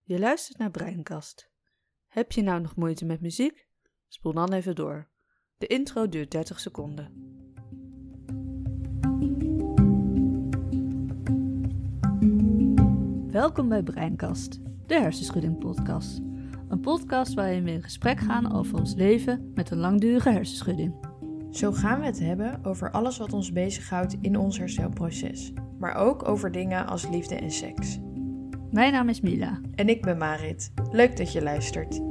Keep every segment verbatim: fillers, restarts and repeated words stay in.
Je luistert naar Breinkast. Heb je nou nog moeite met muziek? Spoel dan even door. De intro duurt dertig seconden. Welkom bij Breinkast, de hersenschudding podcast. Een podcast waarin we in gesprek gaan over ons leven met een langdurige hersenschudding. Zo gaan we het hebben over alles wat ons bezighoudt in ons herstelproces. Maar ook over dingen als liefde en seks. Mijn naam is Mila. En ik ben Marit. Leuk dat je luistert.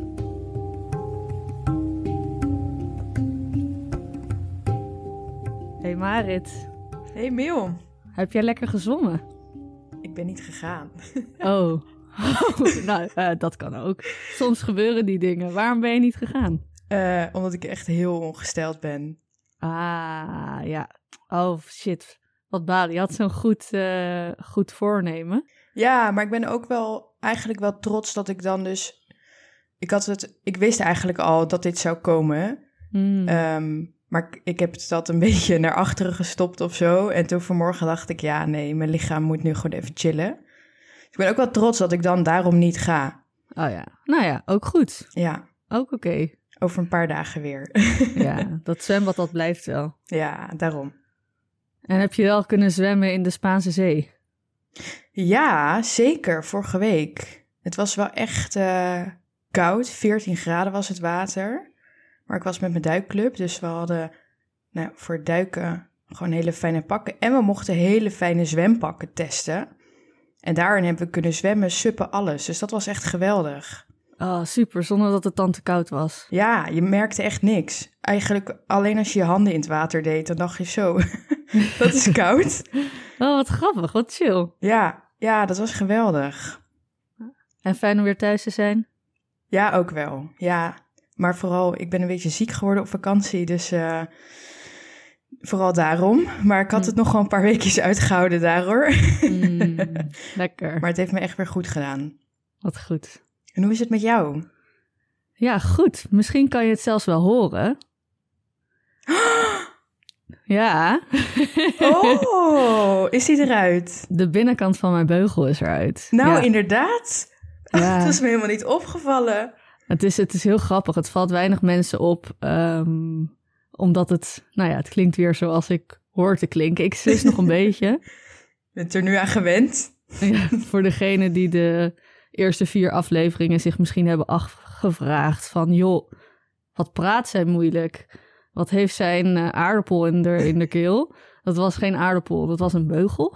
Hey Marit. Hey Miel. Heb jij lekker gezwommen? Ik ben niet gegaan. Oh, nou, uh, dat kan ook. Soms gebeuren die dingen. Waarom ben je niet gegaan? Uh, omdat ik echt heel ongesteld ben. Ah, ja. Oh, shit. Wat balen. Je had zo'n goed, uh, goed voornemen. Ja, maar ik ben ook wel eigenlijk wel trots dat ik dan dus... Ik had het... Ik wist eigenlijk al dat dit zou komen. Mm. Um, maar ik, ik heb dat een beetje naar achteren gestopt of zo. En toen vanmorgen dacht ik, ja, nee, mijn lichaam moet nu gewoon even chillen. Dus ik ben ook wel trots dat ik dan daarom niet ga. Oh ja. Nou ja, ook goed. Ja. Ook oké. Okay. Over een paar dagen weer. Ja, dat zwembad, dat blijft wel. Ja, daarom. En heb je wel kunnen zwemmen in de Spaanse Zee? Ja, zeker. Vorige week. Het was wel echt uh, koud. veertien graden was het water. Maar ik was met mijn duikclub, dus we hadden nou, voor het duiken gewoon hele fijne pakken. En we mochten hele fijne zwempakken testen. En daarin hebben we kunnen zwemmen, suppen, alles. Dus dat was echt geweldig. Oh, super. Zonder dat het dan te koud was. Ja, je merkte echt niks. Eigenlijk alleen als je je handen in het water deed, dan dacht je zo, dat is koud. Oh, wat grappig. Wat chill. Ja, ja, dat was geweldig. En fijn om weer thuis te zijn? Ja, ook wel. Ja, maar vooral, ik ben een beetje ziek geworden op vakantie, dus uh, vooral daarom. Maar ik had het mm. nog wel een paar weekjes uitgehouden daar, hoor. Mm, lekker. Maar het heeft me echt weer goed gedaan. Wat goed. En hoe is het met jou? Ja, goed. Misschien kan je het zelfs wel horen. Ja. Oh, is die eruit? De binnenkant van mijn beugel is eruit. Nou, ja. inderdaad. Ja. Het is me helemaal niet opgevallen. Het is, het is heel grappig. Het valt weinig mensen op. Um, omdat het, nou ja, het klinkt weer zoals ik hoor te klinken. Ik zus nog een beetje. Bent er nu aan gewend? Ja, voor degene die de eerste vier afleveringen zich misschien hebben afgevraagd van, joh, wat praat zij moeilijk? Wat heeft zij een uh, aardappel in de, in de keel? Dat was geen aardappel, dat was een beugel.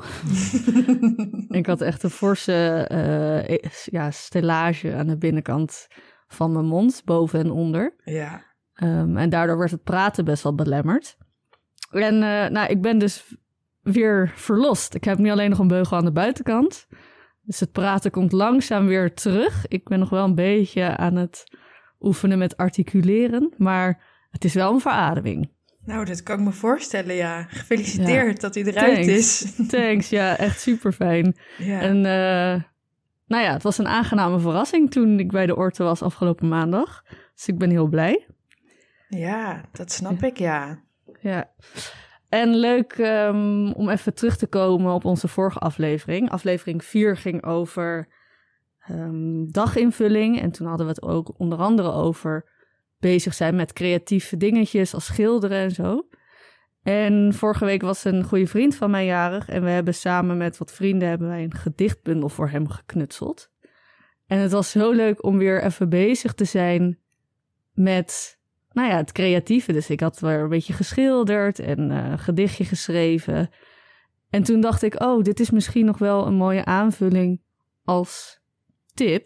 Ik had echt een forse uh, ja, stellage aan de binnenkant van mijn mond, boven en onder. Ja. Um, en daardoor werd het praten best wel belemmerd. En uh, nou, ik ben dus weer verlost. Ik heb niet alleen nog een beugel aan de buitenkant. Dus het praten komt langzaam weer terug. Ik ben nog wel een beetje aan het oefenen met articuleren, maar het is wel een verademing. Nou, dat kan ik me voorstellen, ja. Gefeliciteerd ja. dat hij eruit Thanks. is. Thanks, ja, echt super fijn. Ja. En uh, nou ja, het was een aangename verrassing toen ik bij de ortho was afgelopen maandag. Dus ik ben heel blij. Ja, dat snap ja. ik, ja. Ja. En leuk um, om even terug te komen op onze vorige aflevering. Aflevering vier ging over um, daginvulling. En toen hadden we het ook onder andere over bezig zijn met creatieve dingetjes als schilderen en zo. En vorige week was een goede vriend van mij jarig. En we hebben samen met wat vrienden hebben wij een gedichtbundel voor hem geknutseld. En het was zo leuk om weer even bezig te zijn met, nou ja, het creatieve. Dus ik had weer een beetje geschilderd en uh, een gedichtje geschreven. En toen dacht ik, oh, dit is misschien nog wel een mooie aanvulling als tip.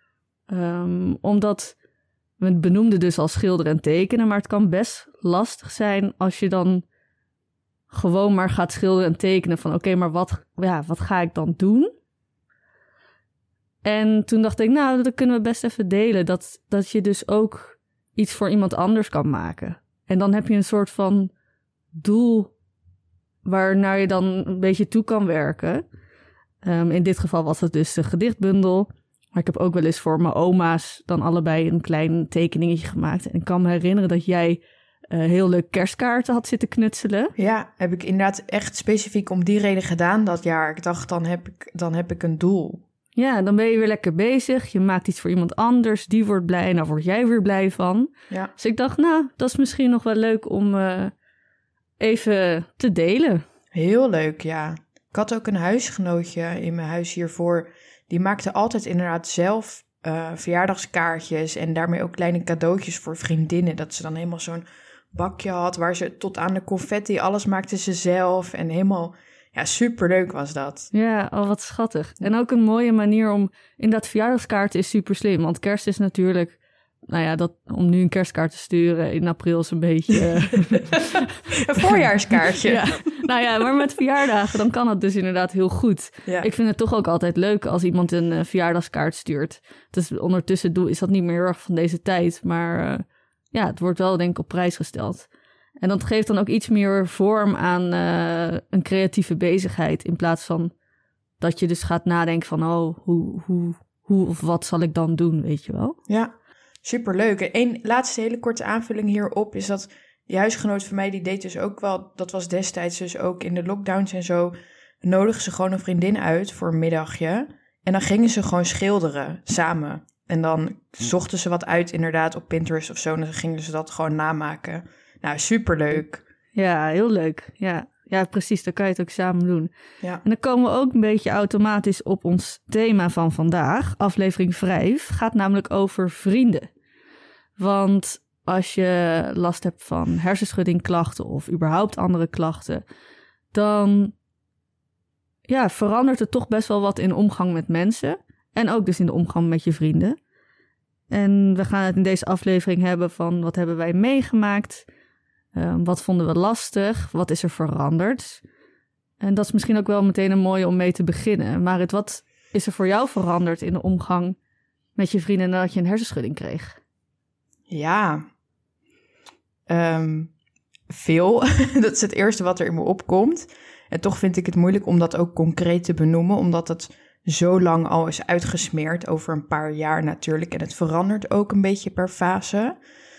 Um, omdat we benoemden dus al schilderen en tekenen, maar het kan best lastig zijn als je dan gewoon maar gaat schilderen en tekenen van oké, okay, maar wat, ja, wat ga ik dan doen? En toen dacht ik, nou, dat kunnen we best even delen. Dat, dat je dus ook iets voor iemand anders kan maken. En dan heb je een soort van doel waarnaar je dan een beetje toe kan werken. Um, in dit geval was het dus de gedichtbundel. Maar ik heb ook wel eens voor mijn oma's dan allebei een klein tekeningetje gemaakt. En ik kan me herinneren dat jij uh, heel leuk kerstkaarten had zitten knutselen. Ja, heb ik inderdaad echt specifiek om die reden gedaan dat jaar. Ik dacht, dan heb ik, dan heb ik een doel. Ja, dan ben je weer lekker bezig. Je maakt iets voor iemand anders. Die wordt blij en daar word jij weer blij van. Ja. Dus ik dacht, nou, dat is misschien nog wel leuk om uh, even te delen. Heel leuk, ja. Ik had ook een huisgenootje in mijn huis hiervoor. Die maakte altijd inderdaad zelf uh, verjaardagskaartjes en daarmee ook kleine cadeautjes voor vriendinnen. Dat ze dan helemaal zo'n bakje had waar ze tot aan de confetti, alles maakte ze zelf. En helemaal, ja, superleuk was dat. Ja, oh, wat schattig. En ook een mooie manier om, inderdaad, verjaardagskaarten is super slim. Want kerst is natuurlijk, nou ja, dat, om nu een kerstkaart te sturen in april is een beetje... een voorjaarskaartje. Ja. Nou ja, maar met verjaardagen, dan kan het dus inderdaad heel goed. Ja. Ik vind het toch ook altijd leuk als iemand een uh, verjaardagskaart stuurt. Dus ondertussen doe, is dat niet meer heel erg van deze tijd. Maar uh, ja, het wordt wel denk ik op prijs gesteld. En dat geeft dan ook iets meer vorm aan uh, een creatieve bezigheid. In plaats van dat je dus gaat nadenken van, oh, hoe, hoe, hoe of wat zal ik dan doen, weet je wel? Ja, superleuk. En één laatste hele korte aanvulling hierop is dat die huisgenoot van mij, die deed dus ook wel, dat was destijds dus ook in de lockdowns en zo, nodigde ze gewoon een vriendin uit voor een middagje. En dan gingen ze gewoon schilderen, samen. En dan zochten ze wat uit inderdaad op Pinterest of zo, en dan gingen ze dat gewoon namaken. Nou, superleuk. Ja, heel leuk. Ja, ja, precies, dan kan je het ook samen doen. Ja. En dan komen we ook een beetje automatisch op ons thema van vandaag. Aflevering vijf gaat namelijk over vrienden. Want als je last hebt van hersenschuddingklachten of überhaupt andere klachten, dan ja, verandert er toch best wel wat in de omgang met mensen. En ook dus in de omgang met je vrienden. En we gaan het in deze aflevering hebben van wat hebben wij meegemaakt? Uh, wat vonden we lastig? Wat is er veranderd? En dat is misschien ook wel meteen een mooie om mee te beginnen. Marit, wat is er voor jou veranderd in de omgang met je vrienden nadat je een hersenschudding kreeg? Ja, um, veel. Dat is het eerste wat er in me opkomt. En toch vind ik het moeilijk om dat ook concreet te benoemen, omdat het zo lang al is uitgesmeerd, over een paar jaar natuurlijk. En het verandert ook een beetje per fase.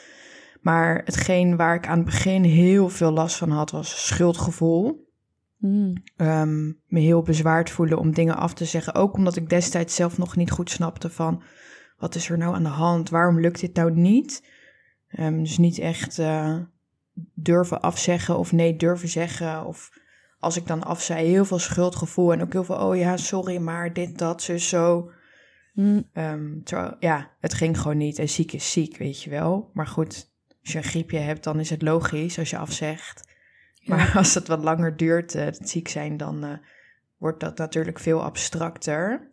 Maar hetgeen waar ik aan het begin heel veel last van had, was schuldgevoel. Mm. Um, me heel bezwaard voelen om dingen af te zeggen. Ook omdat ik destijds zelf nog niet goed snapte van, wat is er nou aan de hand? Waarom lukt dit nou niet? Um, dus niet echt uh, durven afzeggen of nee durven zeggen. Of als ik dan afzei, heel veel schuldgevoel. En ook heel veel, oh ja, sorry, maar dit, dat, zo, zo. Mm. Um, terwijl, ja, het ging gewoon niet. En ziek is ziek, weet je wel. Maar goed, als je een griepje hebt, dan is het logisch als je afzegt. Ja. Maar als het wat langer duurt, uh, het ziek zijn, dan uh, wordt dat natuurlijk veel abstracter.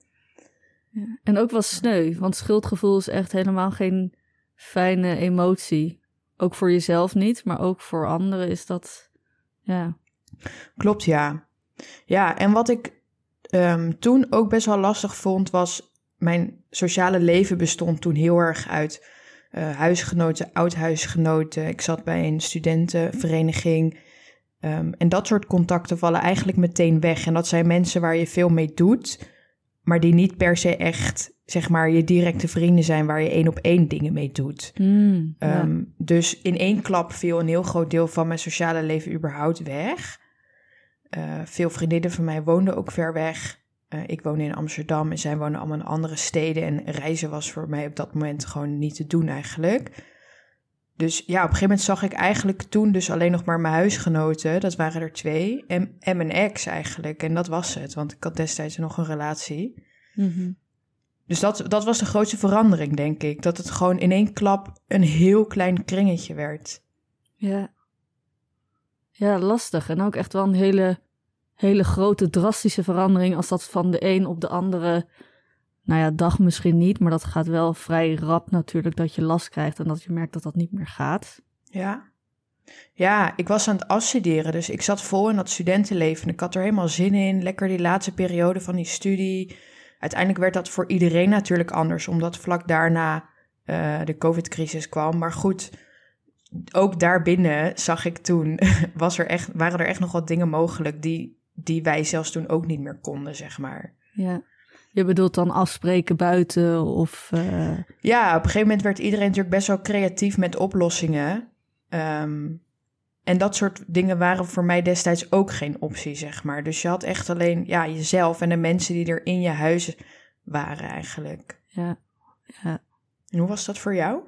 Ja. En ook wel sneu, want schuldgevoel is echt helemaal geen fijne emotie. Ook voor jezelf niet, maar ook voor anderen is dat, ja. Klopt, ja. Ja, en wat ik um, toen ook best wel lastig vond, was mijn sociale leven bestond toen heel erg uit uh, huisgenoten, oud-huisgenoten. Ik zat bij een studentenvereniging. Um, en dat soort contacten vallen eigenlijk meteen weg. En dat zijn mensen waar je veel mee doet, maar die niet per se echt, zeg maar, je directe vrienden zijn waar je één op één dingen mee doet. Mm, ja. um, dus in één klap viel een heel groot deel van mijn sociale leven überhaupt weg. Uh, veel vriendinnen van mij woonden ook ver weg. Uh, ik woonde in Amsterdam en zij woonden allemaal in andere steden. En reizen was voor mij op dat moment gewoon niet te doen eigenlijk. Dus ja, op een gegeven moment zag ik eigenlijk toen dus alleen nog maar mijn huisgenoten. Dat waren er twee. En, en mijn ex eigenlijk. En dat was het, want ik had destijds nog een relatie. Mm-hmm. Dus dat, dat was de grootste verandering, denk ik. Dat het gewoon in één klap een heel klein kringetje werd. Ja. Ja, lastig. En ook echt wel een hele, hele grote, drastische verandering als dat van de een op de andere, nou ja, dag misschien niet, maar dat gaat wel vrij rap natuurlijk, dat je last krijgt en dat je merkt dat dat niet meer gaat. Ja. Ja, ik was aan het afstuderen, dus ik zat vol in dat studentenleven. Ik had er helemaal zin in, lekker die laatste periode van die studie. Uiteindelijk werd dat voor iedereen natuurlijk anders, omdat vlak daarna uh, de COVID-crisis kwam. Maar goed, ook daarbinnen zag ik toen, was er echt, waren er echt nog wat dingen mogelijk die, die wij zelfs toen ook niet meer konden, zeg maar. Ja, je bedoelt dan afspreken buiten of... Uh... Ja, op een gegeven moment werd iedereen natuurlijk best wel creatief met oplossingen. Um, en dat soort dingen waren voor mij destijds ook geen optie, zeg maar. Dus je had echt alleen ja, jezelf en de mensen die er in je huis waren eigenlijk. Ja, ja. En hoe was dat voor jou?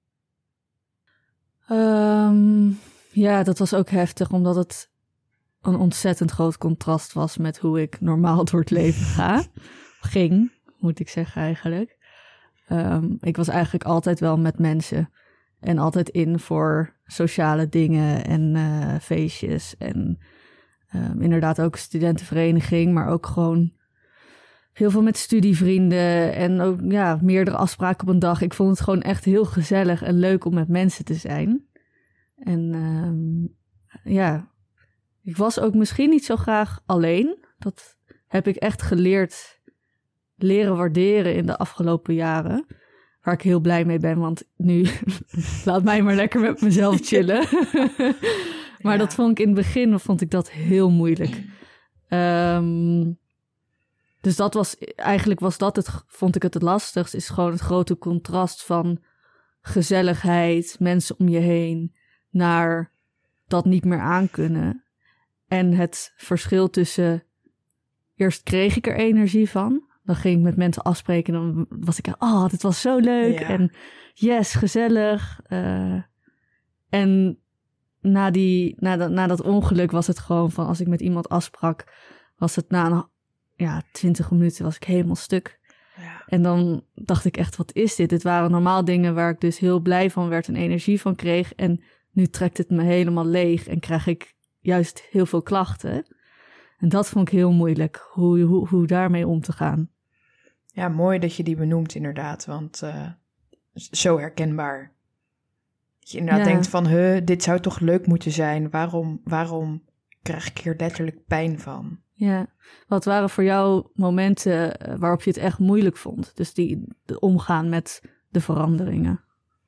Um, ja, dat was ook heftig, omdat het een ontzettend groot contrast was met hoe ik normaal door het leven ga. Ging, moet ik zeggen eigenlijk. Um, ik was eigenlijk altijd wel met mensen en altijd in voor sociale dingen en uh, feestjes. En um, inderdaad ook studentenvereniging, maar ook gewoon heel veel met studievrienden en ook ja, meerdere afspraken op een dag. Ik vond het gewoon echt heel gezellig en leuk om met mensen te zijn. En um, ja, ik was ook misschien niet zo graag alleen. Dat heb ik echt geleerd, leren waarderen in de afgelopen jaren. Waar ik heel blij mee ben, want nu laat mij maar lekker met mezelf chillen. Maar ja. Dat vond ik in het begin vond ik dat heel moeilijk. Um, dus dat was eigenlijk was dat het, vond ik het het lastigst, is gewoon het grote contrast van gezelligheid, mensen om je heen, naar dat niet meer aankunnen. En het verschil tussen, eerst kreeg ik er energie van. Dan ging ik met mensen afspreken en dan was ik, oh, dit was zo leuk. Ja. En yes, gezellig. Uh, en na, die, na, dat, na dat ongeluk was het gewoon van, als ik met iemand afsprak, was het na een, ja, twintig minuten was ik helemaal stuk. Ja. En dan dacht ik echt, wat is dit? Dit waren normaal dingen waar ik dus heel blij van werd en energie van kreeg. En nu trekt het me helemaal leeg en krijg ik juist heel veel klachten. En dat vond ik heel moeilijk, hoe, hoe, hoe daarmee om te gaan. Ja, mooi dat je die benoemt inderdaad, want uh, zo herkenbaar. Dat je inderdaad ja. denkt van, huh, dit zou toch leuk moeten zijn. Waarom, waarom krijg ik hier letterlijk pijn van? Ja, wat waren voor jou momenten waarop je het echt moeilijk vond? Dus die de omgaan met de veranderingen.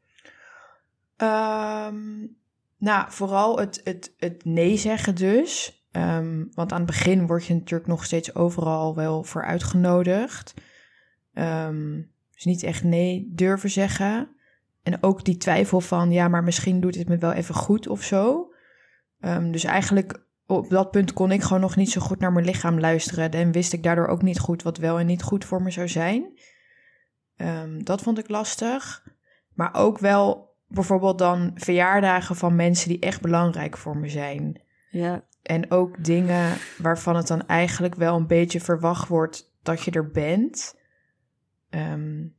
Um, nou, vooral het, het, het nee zeggen dus. Um, want aan het begin word je natuurlijk nog steeds overal wel voor uitgenodigd. Um, dus niet echt nee durven zeggen. En ook die twijfel van, ja, maar misschien doet het me wel even goed of zo. Um, dus eigenlijk op dat punt kon ik gewoon nog niet zo goed naar mijn lichaam luisteren. En wist ik daardoor ook niet goed wat wel en niet goed voor me zou zijn. Um, dat vond ik lastig. Maar ook wel bijvoorbeeld dan verjaardagen van mensen die echt belangrijk voor me zijn. Ja. En ook dingen waarvan het dan eigenlijk wel een beetje verwacht wordt dat je er bent. Um,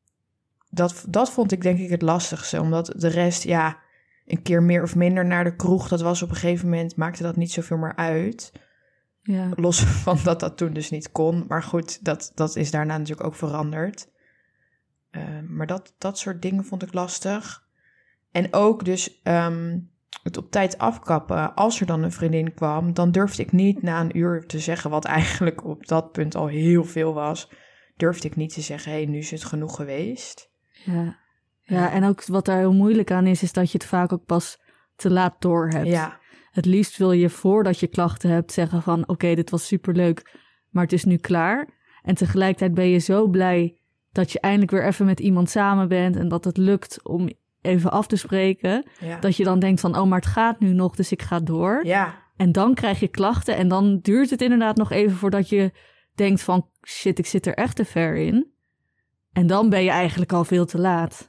dat, dat vond ik denk ik het lastigste. Omdat de rest, ja, een keer meer of minder naar de kroeg, dat was op een gegeven moment, maakte dat niet zoveel meer uit. Ja. Los van dat dat toen dus niet kon. Maar goed, dat, dat is daarna natuurlijk ook veranderd. Uh, maar dat, dat soort dingen vond ik lastig. En ook dus um, het op tijd afkappen. Als er dan een vriendin kwam, dan durfde ik niet na een uur te zeggen, wat eigenlijk op dat punt al heel veel was, durfde ik niet te zeggen, hé, hey, nu is het genoeg geweest. Ja. Ja, en ook wat daar heel moeilijk aan is, is dat je het vaak ook pas te laat door hebt. Ja. Het liefst wil je voordat je klachten hebt zeggen van, oké, okay, dit was superleuk, maar het is nu klaar. En tegelijkertijd ben je zo blij dat je eindelijk weer even met iemand samen bent en dat het lukt om even af te spreken. Ja. Dat je dan denkt van, oh, maar het gaat nu nog, dus ik ga door. Ja. En dan krijg je klachten en dan duurt het inderdaad nog even voordat je denkt van, shit, ik zit er echt te ver in. En dan ben je eigenlijk al veel te laat.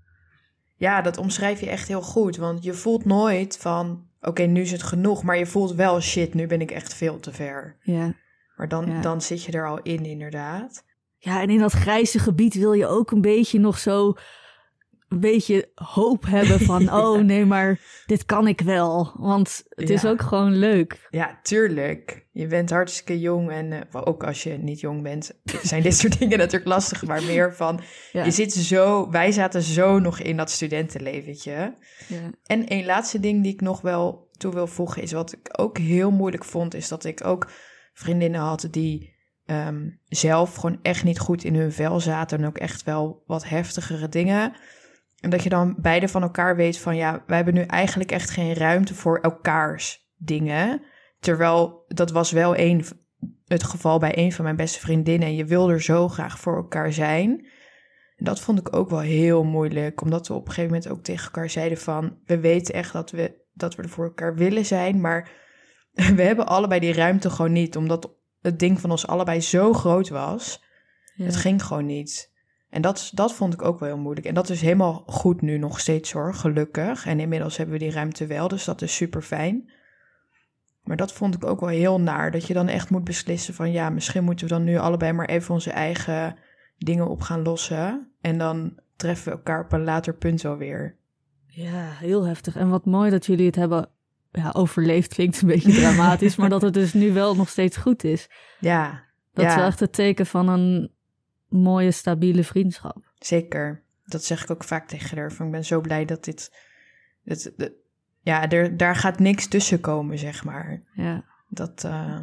Ja, dat omschrijf je echt heel goed. Want je voelt nooit van, oké, okay, nu is het genoeg. Maar je voelt wel, shit, nu ben ik echt veel te ver. Ja. Maar dan, ja. dan zit je er al in, inderdaad. Ja, en in dat grijze gebied wil je ook een beetje nog zo een beetje hoop hebben van, ja. oh nee, maar dit kan ik wel. Want het ja. is ook gewoon leuk. Ja, tuurlijk. Je bent hartstikke jong en uh, ook als je niet jong bent, zijn dit soort dingen natuurlijk lastig. Maar meer van, ja. je zit zo, wij zaten zo nog in dat studentenleventje. Ja. En een laatste ding die ik nog wel toe wil voegen is, wat ik ook heel moeilijk vond, is dat ik ook vriendinnen had die um, zelf gewoon echt niet goed in hun vel zaten. En ook echt wel wat heftigere dingen. En dat je dan beide van elkaar weet van, ja, wij hebben nu eigenlijk echt geen ruimte voor elkaars dingen. Terwijl dat was wel een, het geval bij een van mijn beste vriendinnen. En je wil er zo graag voor elkaar zijn. En dat vond ik ook wel heel moeilijk. Omdat we op een gegeven moment ook tegen elkaar zeiden van, we weten echt dat we, dat we er voor elkaar willen zijn. Maar we hebben allebei die ruimte gewoon niet. Omdat het ding van ons allebei zo groot was. Ja. Het ging gewoon niet. En dat, dat vond ik ook wel heel moeilijk. En dat is helemaal goed nu nog steeds hoor, gelukkig. En inmiddels hebben we die ruimte wel, dus dat is super fijn. Maar dat vond ik ook wel heel naar. Dat je dan echt moet beslissen van ja, misschien moeten we dan nu allebei maar even onze eigen dingen op gaan lossen. En dan treffen we elkaar op een later punt wel weer. Ja, heel heftig. En wat mooi dat jullie het hebben ja, overleefd. Klinkt een beetje dramatisch, maar dat het dus nu wel nog steeds goed is. Ja. Dat ja. is wel echt het teken van een mooie, stabiele vriendschap. Zeker. Dat zeg ik ook vaak tegen haar. Van, ik ben zo blij dat dit... dit, dit ja, er, daar gaat niks tussen komen, zeg maar. Ja. Dat... Uh,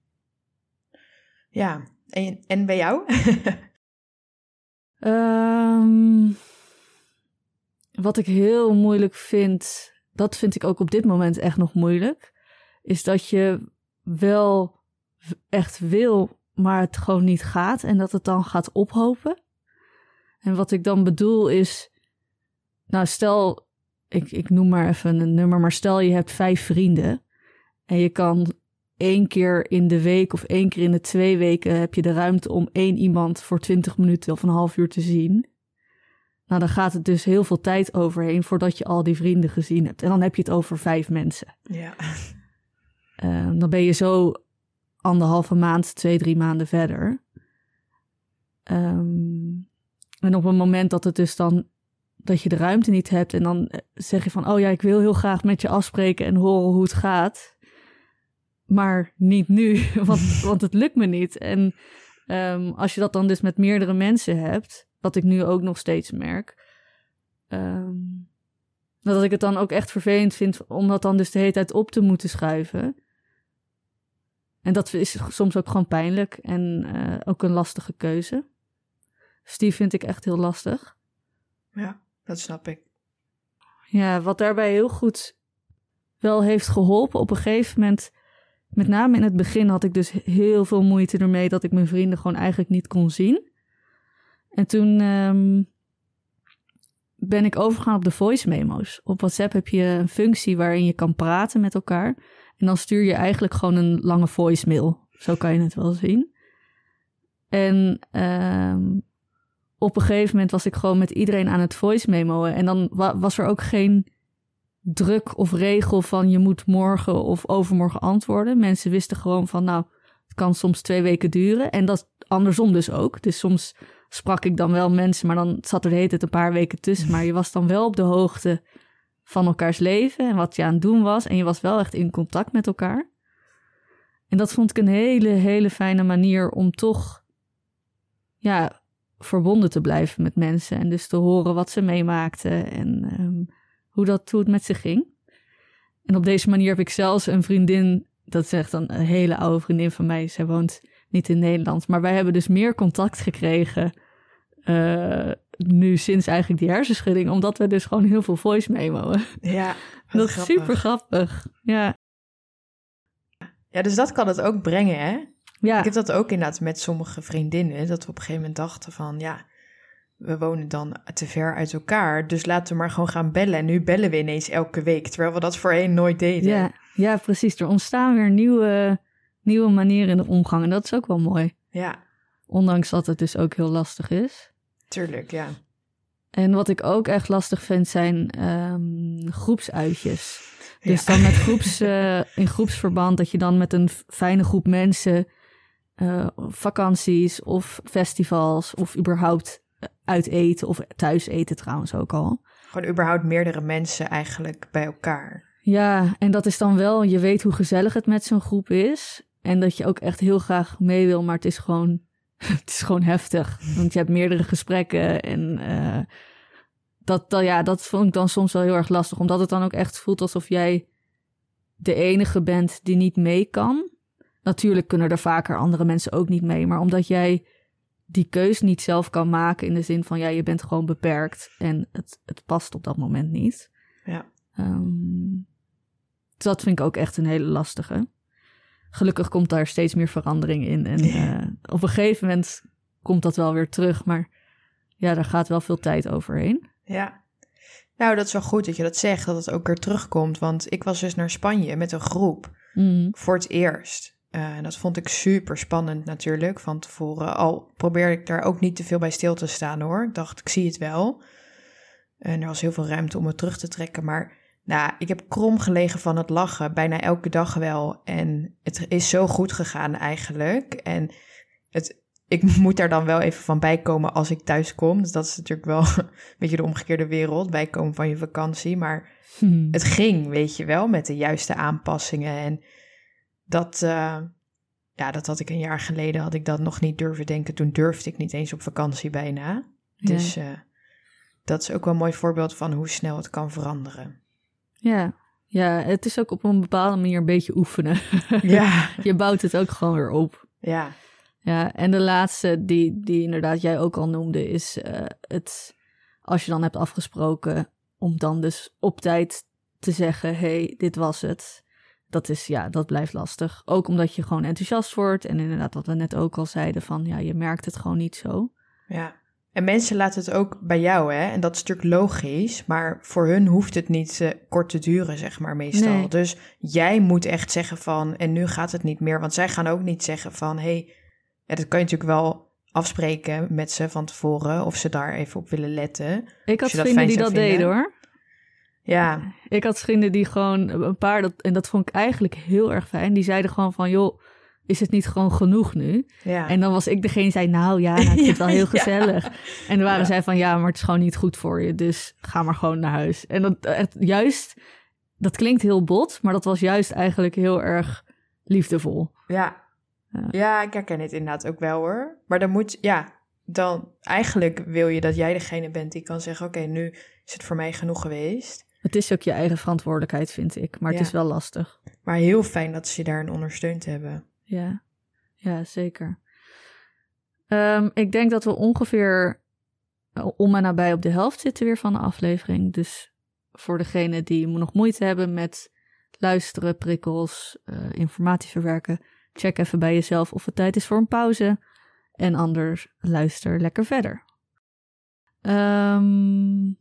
ja. En, en bij jou? um, wat ik heel moeilijk vind... Dat vind ik ook op dit moment echt nog moeilijk. Is dat je wel echt wil... maar het gewoon niet gaat en dat het dan gaat ophopen. En wat ik dan bedoel is... Nou, stel, ik, ik noem maar even een nummer... maar stel je hebt vijf vrienden... en je kan één keer in de week... of één keer in de twee weken... heb je de ruimte om één iemand voor twintig minuten... of een half uur te zien. Nou, dan gaat het dus heel veel tijd overheen... voordat je al die vrienden gezien hebt. En dan heb je het over vijf mensen. Ja. Uh, dan ben je zo... anderhalve maand, twee, drie maanden verder. Um, en op een moment dat het dus dan... dat je de ruimte niet hebt... en dan zeg je van... oh ja, ik wil heel graag met je afspreken... en horen hoe het gaat. Maar niet nu, want, want het lukt me niet. En um, als je dat dan dus met meerdere mensen hebt... wat ik nu ook nog steeds merk... Um, dat ik het dan ook echt vervelend vind... om dat dan dus de hele tijd op te moeten schuiven... En dat is soms ook gewoon pijnlijk en uh, ook een lastige keuze. Dus die vind ik echt heel lastig. Ja, dat snap ik. Ja, wat daarbij heel goed wel heeft geholpen. Op een gegeven moment, met name in het begin had ik dus heel veel moeite ermee... dat ik mijn vrienden gewoon eigenlijk niet kon zien. En toen um, ben ik overgegaan op de voice memo's. Op WhatsApp heb je een functie waarin je kan praten met elkaar... En dan stuur je eigenlijk gewoon een lange voicemail. Zo kan je het wel zien. En um, op een gegeven moment was ik gewoon met iedereen aan het voice memoen. En dan wa- was er ook geen druk of regel van je moet morgen of overmorgen antwoorden. Mensen wisten gewoon van nou, het kan soms twee weken duren. En dat andersom dus ook. Dus soms sprak ik dan wel mensen, maar dan zat er de hele tijd een paar weken tussen. Maar je was dan wel op de hoogte... van elkaars leven en wat je aan het doen was. En je was wel echt in contact met elkaar. En dat vond ik een hele, hele fijne manier om toch... ja, verbonden te blijven met mensen. En dus te horen wat ze meemaakten en um, hoe, dat, hoe het met ze ging. En op deze manier heb ik zelfs een vriendin... dat is echt een hele oude vriendin van mij. Zij woont niet in Nederland. Maar wij hebben dus meer contact gekregen... Uh, nu sinds eigenlijk die hersenschudding... omdat we dus gewoon heel veel voice memoen. Ja, dat is super grappig. Ja. ja, dus dat kan het ook brengen, hè? Ja. Ik heb dat ook inderdaad met sommige vriendinnen... dat we op een gegeven moment dachten van... ja, we wonen dan te ver uit elkaar... dus laten we maar gewoon gaan bellen. En nu bellen we ineens elke week... terwijl we dat voorheen nooit deden. Ja, ja precies. Er ontstaan weer nieuwe, nieuwe manieren in de omgang... en dat is ook wel mooi. Ja. Ondanks dat het dus ook heel lastig is... Tuurlijk, ja. En wat ik ook echt lastig vind zijn um, groepsuitjes. Dus ja. dan met groeps, uh, in groepsverband dat je dan met een fijne groep mensen... Uh, vakanties of festivals of überhaupt uit eten of thuis eten trouwens ook al. Gewoon überhaupt meerdere mensen eigenlijk bij elkaar. Ja, en dat is dan wel, je weet hoe gezellig het met zo'n groep is. En dat je ook echt heel graag mee wil, maar het is gewoon... Het is gewoon heftig, want je hebt meerdere gesprekken en uh, dat, dat, ja, dat vond ik dan soms wel heel erg lastig, omdat het dan ook echt voelt alsof jij de enige bent die niet mee kan. Natuurlijk kunnen er vaker andere mensen ook niet mee, maar omdat jij die keus niet zelf kan maken in de zin van ja, je bent gewoon beperkt en het, het past op dat moment niet. Ja. Um, dat vind ik ook echt een hele lastige. Gelukkig komt daar steeds meer verandering in. En uh, op een gegeven moment komt dat wel weer terug. Maar ja, daar gaat wel veel tijd overheen. Ja. Nou, dat is wel goed dat je dat zegt, dat het ook weer terugkomt. Want ik was dus naar Spanje met een groep Mm. voor het eerst. Uh, dat vond ik super spannend natuurlijk van tevoren. Al probeerde ik daar ook niet te veel bij stil te staan hoor. Ik dacht, ik zie het wel. En er was heel veel ruimte om het terug te trekken. Maar nou, ik heb krom gelegen van het lachen, bijna elke dag wel. En het is zo goed gegaan eigenlijk. En het, ik moet daar dan wel even van bijkomen als ik thuis kom. Dus dat is natuurlijk wel een beetje de omgekeerde wereld, bijkomen van je vakantie. Maar hmm. het ging, weet je wel, met de juiste aanpassingen. En dat, uh, ja, dat had ik een jaar geleden, had ik dat nog niet durven denken. Toen durfde ik niet eens op vakantie bijna. Ja. Dus uh, dat is ook wel een mooi voorbeeld van hoe snel het kan veranderen. Ja, ja, het is ook op een bepaalde manier een beetje oefenen. Ja. Je bouwt het ook gewoon weer op. Ja. Ja, en de laatste die, die inderdaad jij ook al noemde is uh, het, als je dan hebt afgesproken om dan dus op tijd te zeggen, hey, dit was het. Dat is, ja, dat blijft lastig. Ook omdat je gewoon enthousiast wordt en inderdaad wat we net ook al zeiden van, ja, je merkt het gewoon niet zo. Ja. En mensen laten het ook bij jou, hè? En dat is natuurlijk logisch, maar voor hun hoeft het niet uh, kort te duren, zeg maar, meestal. Nee. Dus jij moet echt zeggen van, en nu gaat het niet meer. Want zij gaan ook niet zeggen van, hé, hey, ja, dat kan je natuurlijk wel afspreken met ze van tevoren, of ze daar even op willen letten. Ik had vrienden die dat vinden. deden, hoor. Ja. Ik had vrienden die gewoon, een paar, dat, en dat vond ik eigenlijk heel erg fijn, die zeiden gewoon van, joh, is het niet gewoon genoeg nu? Ja. En dan was ik degene die zei, nou ja, nou, ik vind het wel heel gezellig. Ja. En dan waren ja. zij van, ja, maar het is gewoon niet goed voor je, dus ga maar gewoon naar huis. En dat echt, juist, dat klinkt heel bot, maar dat was juist eigenlijk heel erg liefdevol. Ja, ja, ja ik herken het inderdaad ook wel hoor. Maar dan moet, ja, dan eigenlijk wil je dat jij degene bent die kan zeggen, oké, okay, nu is het voor mij genoeg geweest. Het is ook je eigen verantwoordelijkheid, vind ik, maar ja. het is wel lastig. Maar heel fijn dat ze je daarin ondersteund hebben. Ja, ja zeker. Um, ik denk dat we ongeveer om en nabij op de helft zitten weer van de aflevering. Dus voor degene die nog moeite hebben met luisteren, prikkels, uh, informatie verwerken, check even bij jezelf of het tijd is voor een pauze. En anders luister lekker verder. Um,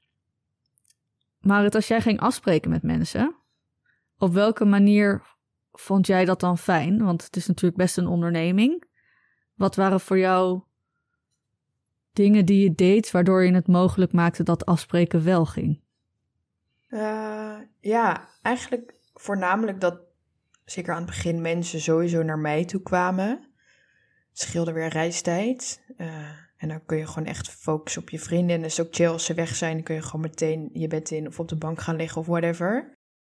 Marit, als jij ging afspreken met mensen, op welke manier vond jij dat dan fijn? Want het is natuurlijk best een onderneming. Wat waren voor jou dingen die je deed, waardoor je het mogelijk maakte dat afspreken wel ging? Uh, ja, eigenlijk voornamelijk dat, zeker aan het begin, mensen sowieso naar mij toe kwamen. Het scheelde weer reistijd. Uh, en dan kun je gewoon echt focussen op je vrienden. En het is ook chill als ze weg zijn. Dan kun je gewoon meteen je bed in of op de bank gaan liggen of whatever.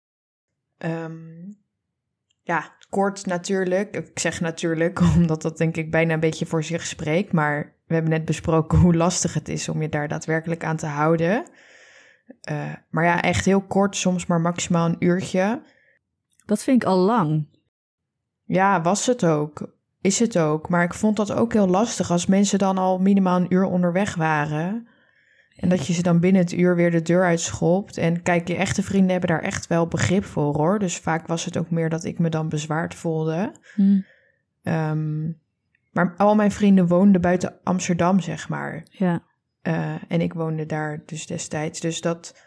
Um, Ja, kort natuurlijk. Ik zeg natuurlijk, omdat dat denk ik bijna een beetje voor zich spreekt. Maar we hebben net besproken hoe lastig het is om je daar daadwerkelijk aan te houden. Uh, maar ja, echt heel kort, soms maar maximaal een uurtje. Dat vind ik al lang. Ja, was het ook. Is het ook. Maar ik vond dat ook heel lastig als mensen dan al minimaal een uur onderweg waren. En dat je ze dan binnen het uur weer de deur uitschopt. En kijk, je echte vrienden hebben daar echt wel begrip voor, hoor. Dus vaak was het ook meer dat ik me dan bezwaard voelde. Hmm. Um, maar al mijn vrienden woonden buiten Amsterdam, zeg maar. Ja. Uh, en ik woonde daar dus destijds. Dus dat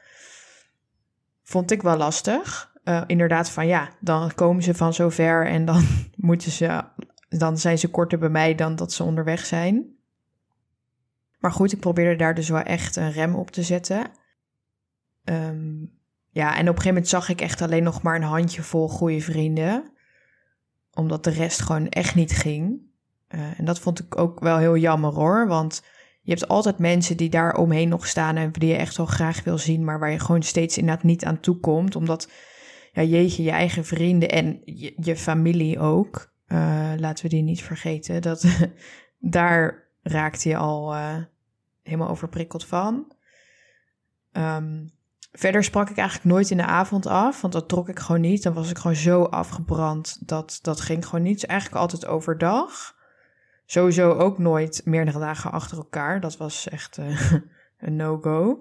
vond ik wel lastig. Uh, inderdaad van, ja, dan komen ze van zover en dan moeten ze, dan zijn ze korter bij mij dan dat ze onderweg zijn. Maar goed, ik probeerde daar dus wel echt een rem op te zetten. Um, ja, en op een gegeven moment zag ik echt alleen nog maar een handjevol goede vrienden. Omdat de rest gewoon echt niet ging. Uh, en dat vond ik ook wel heel jammer hoor. Want je hebt altijd mensen die daar omheen nog staan en die je echt wel graag wil zien. Maar waar je gewoon steeds inderdaad niet aan toe komt. Omdat, ja jeetje, je eigen vrienden en je, je familie ook. Uh, laten we die niet vergeten. Dat daar raakte je al uh, helemaal overprikkeld van. Um, verder sprak ik eigenlijk nooit in de avond af, want dat trok ik gewoon niet. Dan was ik gewoon zo afgebrand, dat, dat ging gewoon niet. Dus eigenlijk altijd overdag. Sowieso ook nooit meerdere dagen achter elkaar. Dat was echt uh, een no-go.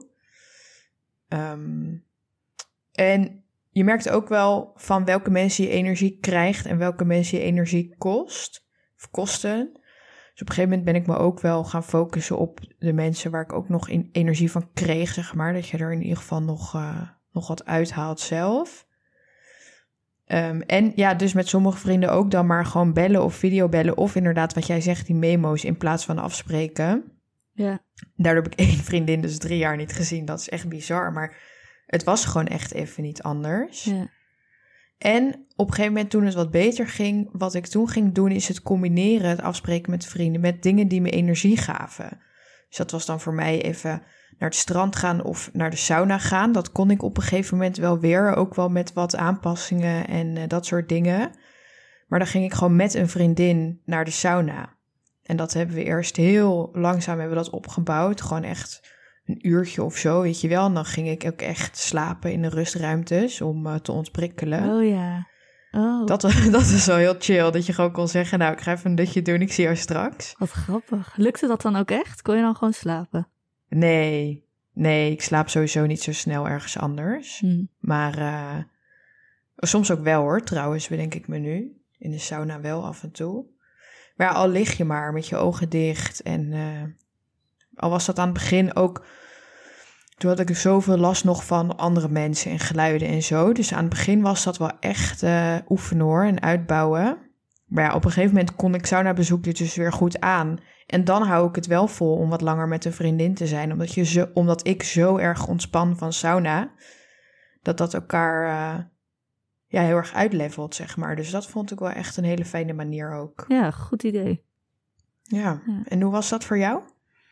Um, en je merkt ook wel van welke mensen je energie krijgt en welke mensen je energie kost, of kosten. Dus op een gegeven moment ben ik me ook wel gaan focussen op de mensen waar ik ook nog in energie van kreeg, zeg maar. Dat je er in ieder geval nog, uh, nog wat uithaalt zelf. Um, en ja, dus met sommige vrienden ook dan maar gewoon bellen of videobellen. Of inderdaad wat jij zegt, die memo's in plaats van afspreken. Ja. Daardoor heb ik één vriendin dus drie jaar niet gezien. Dat is echt bizar, maar het was gewoon echt even niet anders. Ja. En op een gegeven moment toen het wat beter ging, wat ik toen ging doen is het combineren, het afspreken met vrienden met dingen die me energie gaven. Dus dat was dan voor mij even naar het strand gaan of naar de sauna gaan. Dat kon ik op een gegeven moment wel weer, ook wel met wat aanpassingen en uh, dat soort dingen. Maar dan ging ik gewoon met een vriendin naar de sauna. En dat hebben we eerst heel langzaam hebben we dat opgebouwd. Gewoon echt een uurtje of zo, weet je wel. En dan ging ik ook echt slapen in de rustruimtes om uh, te ontprikkelen. Oh ja. Oh. Dat, dat is wel heel chill, dat je gewoon kon zeggen, nou, ik ga even een dutje doen, ik zie jou straks. Wat grappig. Lukte dat dan ook echt? Kon je dan gewoon slapen? Nee, nee, ik slaap sowieso niet zo snel ergens anders. Hm. Maar uh, soms ook wel hoor, trouwens, bedenk ik me nu. In de sauna wel af en toe. Maar ja, al lig je maar met je ogen dicht. En uh, al was dat aan het begin ook, toen had ik zoveel last nog van andere mensen en geluiden en zo. Dus aan het begin was dat wel echt uh, oefenen hoor en uitbouwen. Maar ja, op een gegeven moment kon ik saunabezoek dus weer goed aan. En dan hou ik het wel vol om wat langer met een vriendin te zijn. Omdat, je zo, omdat ik zo erg ontspan van sauna, dat dat elkaar uh, ja, heel erg uitlevelt, zeg maar. Dus dat vond ik wel echt een hele fijne manier ook. Ja, goed idee. Ja, Ja. En hoe was dat voor jou?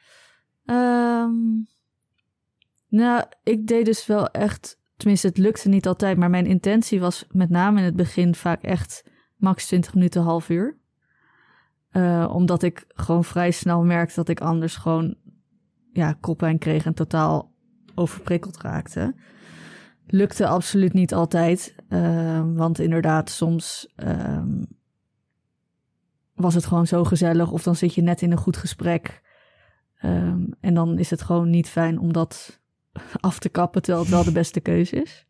Um, nou, ik deed dus wel echt, tenminste het lukte niet altijd, maar mijn intentie was met name in het begin vaak echt max twintig minuten, half uur. Uh, omdat ik gewoon vrij snel merkte dat ik anders gewoon ja, koppijn kreeg en totaal overprikkeld raakte. Lukte absoluut niet altijd, uh, want inderdaad soms um, was het gewoon zo gezellig of dan zit je net in een goed gesprek. Um, en dan is het gewoon niet fijn om dat af te kappen, terwijl het wel de beste keuze is.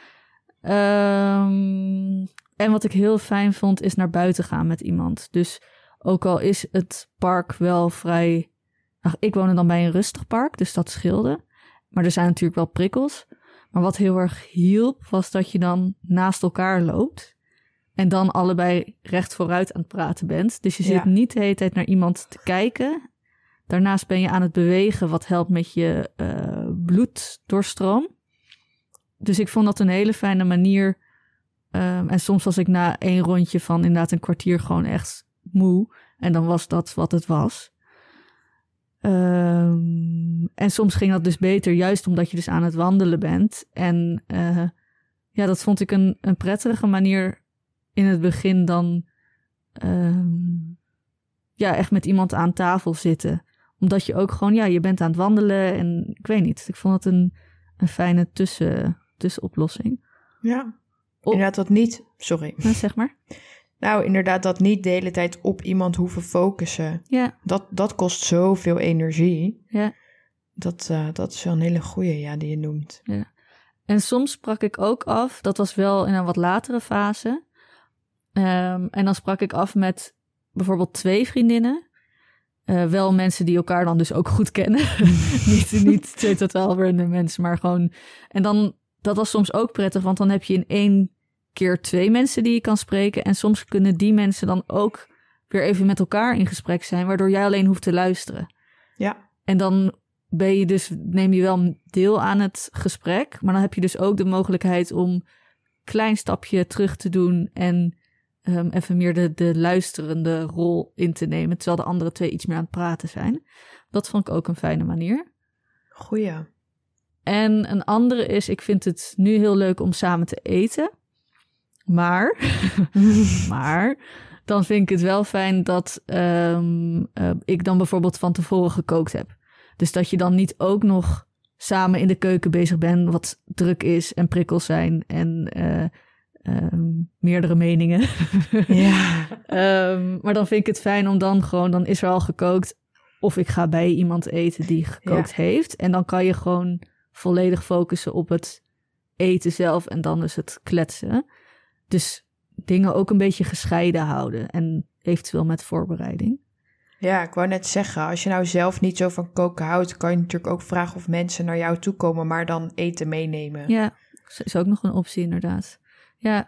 Um, en wat ik heel fijn vond, is naar buiten gaan met iemand. Dus ook al is het park wel vrij... Ach, ik woonde dan bij een rustig park, dus dat scheelde. Maar er zijn natuurlijk wel prikkels. Maar wat heel erg hielp, was dat je dan naast elkaar loopt. En dan allebei recht vooruit aan het praten bent. Dus je zit Ja. niet de hele tijd naar iemand te kijken. Daarnaast ben je aan het bewegen, wat helpt met je uh, bloeddoorstroom. Dus ik vond dat een hele fijne manier. Um, en soms was ik na één rondje van inderdaad een kwartier gewoon echt moe. En dan was dat wat het was. Um, en soms ging dat dus beter, juist omdat je dus aan het wandelen bent. En uh, ja, dat vond ik een, een prettige manier in het begin dan um, ja, echt met iemand aan tafel zitten. Omdat je ook gewoon, ja, je bent aan het wandelen en ik weet niet. Ik vond het een, een fijne tussen, tussenoplossing. Ja, Op, inderdaad dat niet... Sorry. nou, zeg maar. Nou, inderdaad dat niet de hele tijd op iemand hoeven focussen. Ja, Dat, dat kost zoveel energie. ja. Dat, uh, dat is wel een hele goeie, ja, die je noemt. Ja. En soms sprak ik ook af, dat was wel in een wat latere fase. Um, en dan sprak ik af met bijvoorbeeld twee vriendinnen. Uh, wel mensen die elkaar dan dus ook goed kennen. niet, niet twee totaal random mensen, maar gewoon... En dan, dat was soms ook prettig, want dan heb je in één keer twee mensen die je kan spreken. En soms kunnen die mensen dan ook weer even met elkaar in gesprek zijn, waardoor jij alleen hoeft te luisteren. Ja. En dan ben je dus, neem je wel deel aan het gesprek, maar dan heb je dus ook de mogelijkheid om een klein stapje terug te doen en um, even meer de, de luisterende rol in te nemen, terwijl de andere twee iets meer aan het praten zijn. Dat vond ik ook een fijne manier. Goeie. En een andere is, ik vind het nu heel leuk om samen te eten, maar, maar dan vind ik het wel fijn dat um, uh, ik dan bijvoorbeeld van tevoren gekookt heb. Dus dat je dan niet ook nog samen in de keuken bezig bent, wat druk is en prikkels zijn en uh, um, meerdere meningen. Ja. um, maar dan vind ik het fijn om dan gewoon, dan is er al gekookt, of ik ga bij iemand eten die gekookt ja. heeft. En dan kan je gewoon volledig focussen op het eten zelf en dan dus het kletsen. Dus dingen ook een beetje gescheiden houden en eventueel met voorbereiding. Ja, ik wou net zeggen, als je nou zelf niet zo van koken houdt, kan je natuurlijk ook vragen of mensen naar jou toe komen, maar dan eten meenemen. Ja, is ook nog een optie inderdaad. Ja,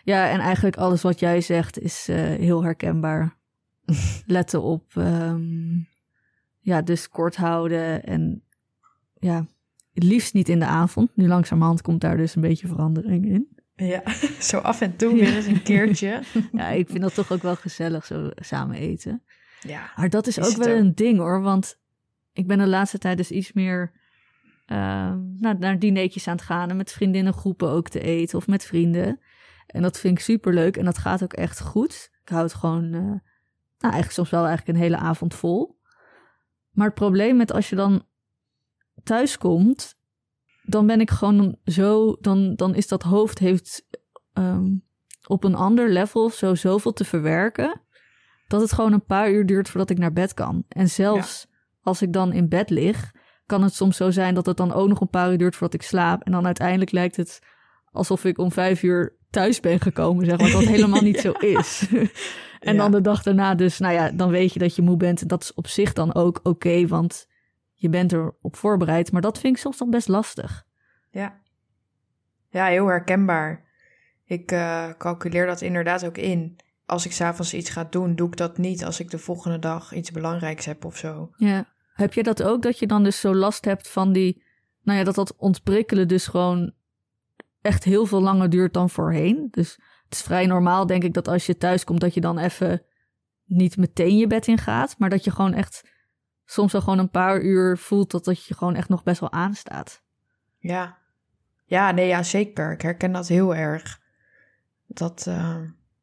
Ja, en eigenlijk alles wat jij zegt is uh, heel herkenbaar. Letten op, um, ja, dus kort houden en ja, het liefst niet in de avond. Nu langzamerhand komt daar dus een beetje verandering in. Ja, zo af en toe weer eens een keertje. Ja, ik vind dat toch ook wel gezellig, zo samen eten. Ja, maar dat is, is ook wel ook. een ding hoor, want ik ben de laatste tijd dus iets meer uh, naar, naar dineetjes aan het gaan en met vriendinnengroepen ook te eten of met vrienden. En dat vind ik superleuk en dat gaat ook echt goed. Ik hou het gewoon, uh, nou eigenlijk soms wel eigenlijk een hele avond vol. Maar het probleem met als je dan thuis komt, dan ben ik gewoon zo, dan, dan is dat hoofd heeft um, op een ander level zo zoveel te verwerken, dat het gewoon een paar uur duurt voordat ik naar bed kan. En zelfs ja. als ik dan in bed lig, kan het soms zo zijn dat het dan ook nog een paar uur duurt voordat ik slaap. En dan uiteindelijk lijkt het alsof ik om vijf uur thuis ben gekomen, zeg maar, wat helemaal niet ja. zo is. En ja. dan de dag daarna dus, nou ja, dan weet je dat je moe bent. En dat is op zich dan ook oké, okay, want je bent erop voorbereid. Maar dat vind ik soms nog best lastig. Ja, ja, heel herkenbaar. Ik uh, calculeer dat inderdaad ook in. Als ik 's avonds iets ga doen, doe ik dat niet als ik de volgende dag iets belangrijks heb of zo. Ja, heb je dat ook, dat je dan dus zo last hebt van die, nou ja, dat dat ontprikkelen dus gewoon echt heel veel langer duurt dan voorheen? Dus het is vrij normaal, denk ik, dat als je thuis komt, dat je dan even niet meteen je bed in gaat, maar dat je gewoon echt soms al gewoon een paar uur voelt dat, dat je gewoon echt nog best wel aanstaat. Ja, ja, nee, ja, zeker. Ik herken dat heel erg. Dat, uh...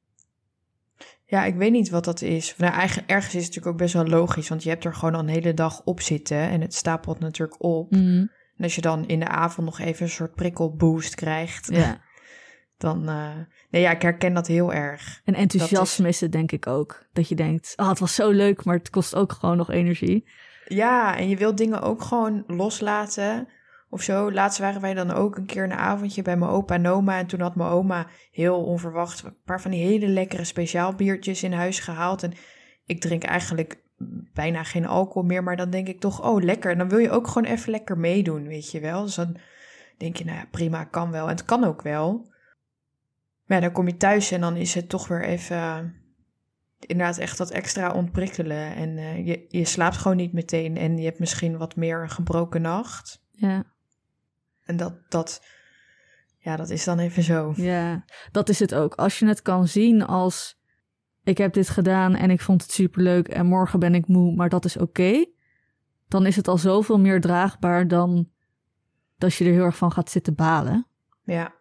ja, ik weet niet wat dat is. Nou, eigenlijk, ergens is het natuurlijk ook best wel logisch, want je hebt er gewoon al een hele dag op zitten en het stapelt natuurlijk op. Mm. En als je dan in de avond nog even een soort prikkelboost krijgt, ja. dan, uh... nee, ja, ik herken dat heel erg. En enthousiasme is... is het denk ik ook. Dat je denkt, oh, het was zo leuk, maar het kost ook gewoon nog energie. Ja, en je wilt dingen ook gewoon loslaten of zo. Laatst waren wij dan ook een keer een avondje bij mijn opa en oma. En toen had mijn oma heel onverwacht een paar van die hele lekkere speciaal biertjes in huis gehaald. En ik drink eigenlijk bijna geen alcohol meer. Maar dan denk ik toch, oh lekker. En dan wil je ook gewoon even lekker meedoen, weet je wel. Dus dan denk je, nou ja, prima, kan wel. En het kan ook wel. Maar ja, dan kom je thuis en dan is het toch weer even Uh, inderdaad echt dat extra ontprikkelen. En uh, je, je slaapt gewoon niet meteen. En je hebt misschien wat meer een gebroken nacht. Ja. En dat, dat, ja, dat is dan even zo. Ja, dat is het ook. Als je het kan zien als, ik heb dit gedaan en ik vond het superleuk en morgen ben ik moe, maar dat is oké. Okay, dan is het al zoveel meer draagbaar dan dat je er heel erg van gaat zitten balen. Ja.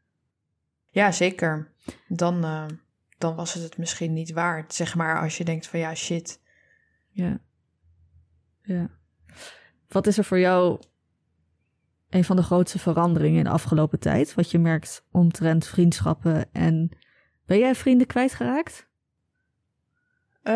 Ja, zeker. Dan, uh, dan was het het misschien niet waard. Zeg maar als je denkt van ja, shit. Ja. Ja. Wat is er voor jou een van de grootste veranderingen in de afgelopen tijd? Wat je merkt omtrent vriendschappen en ben jij vrienden kwijtgeraakt? Uh,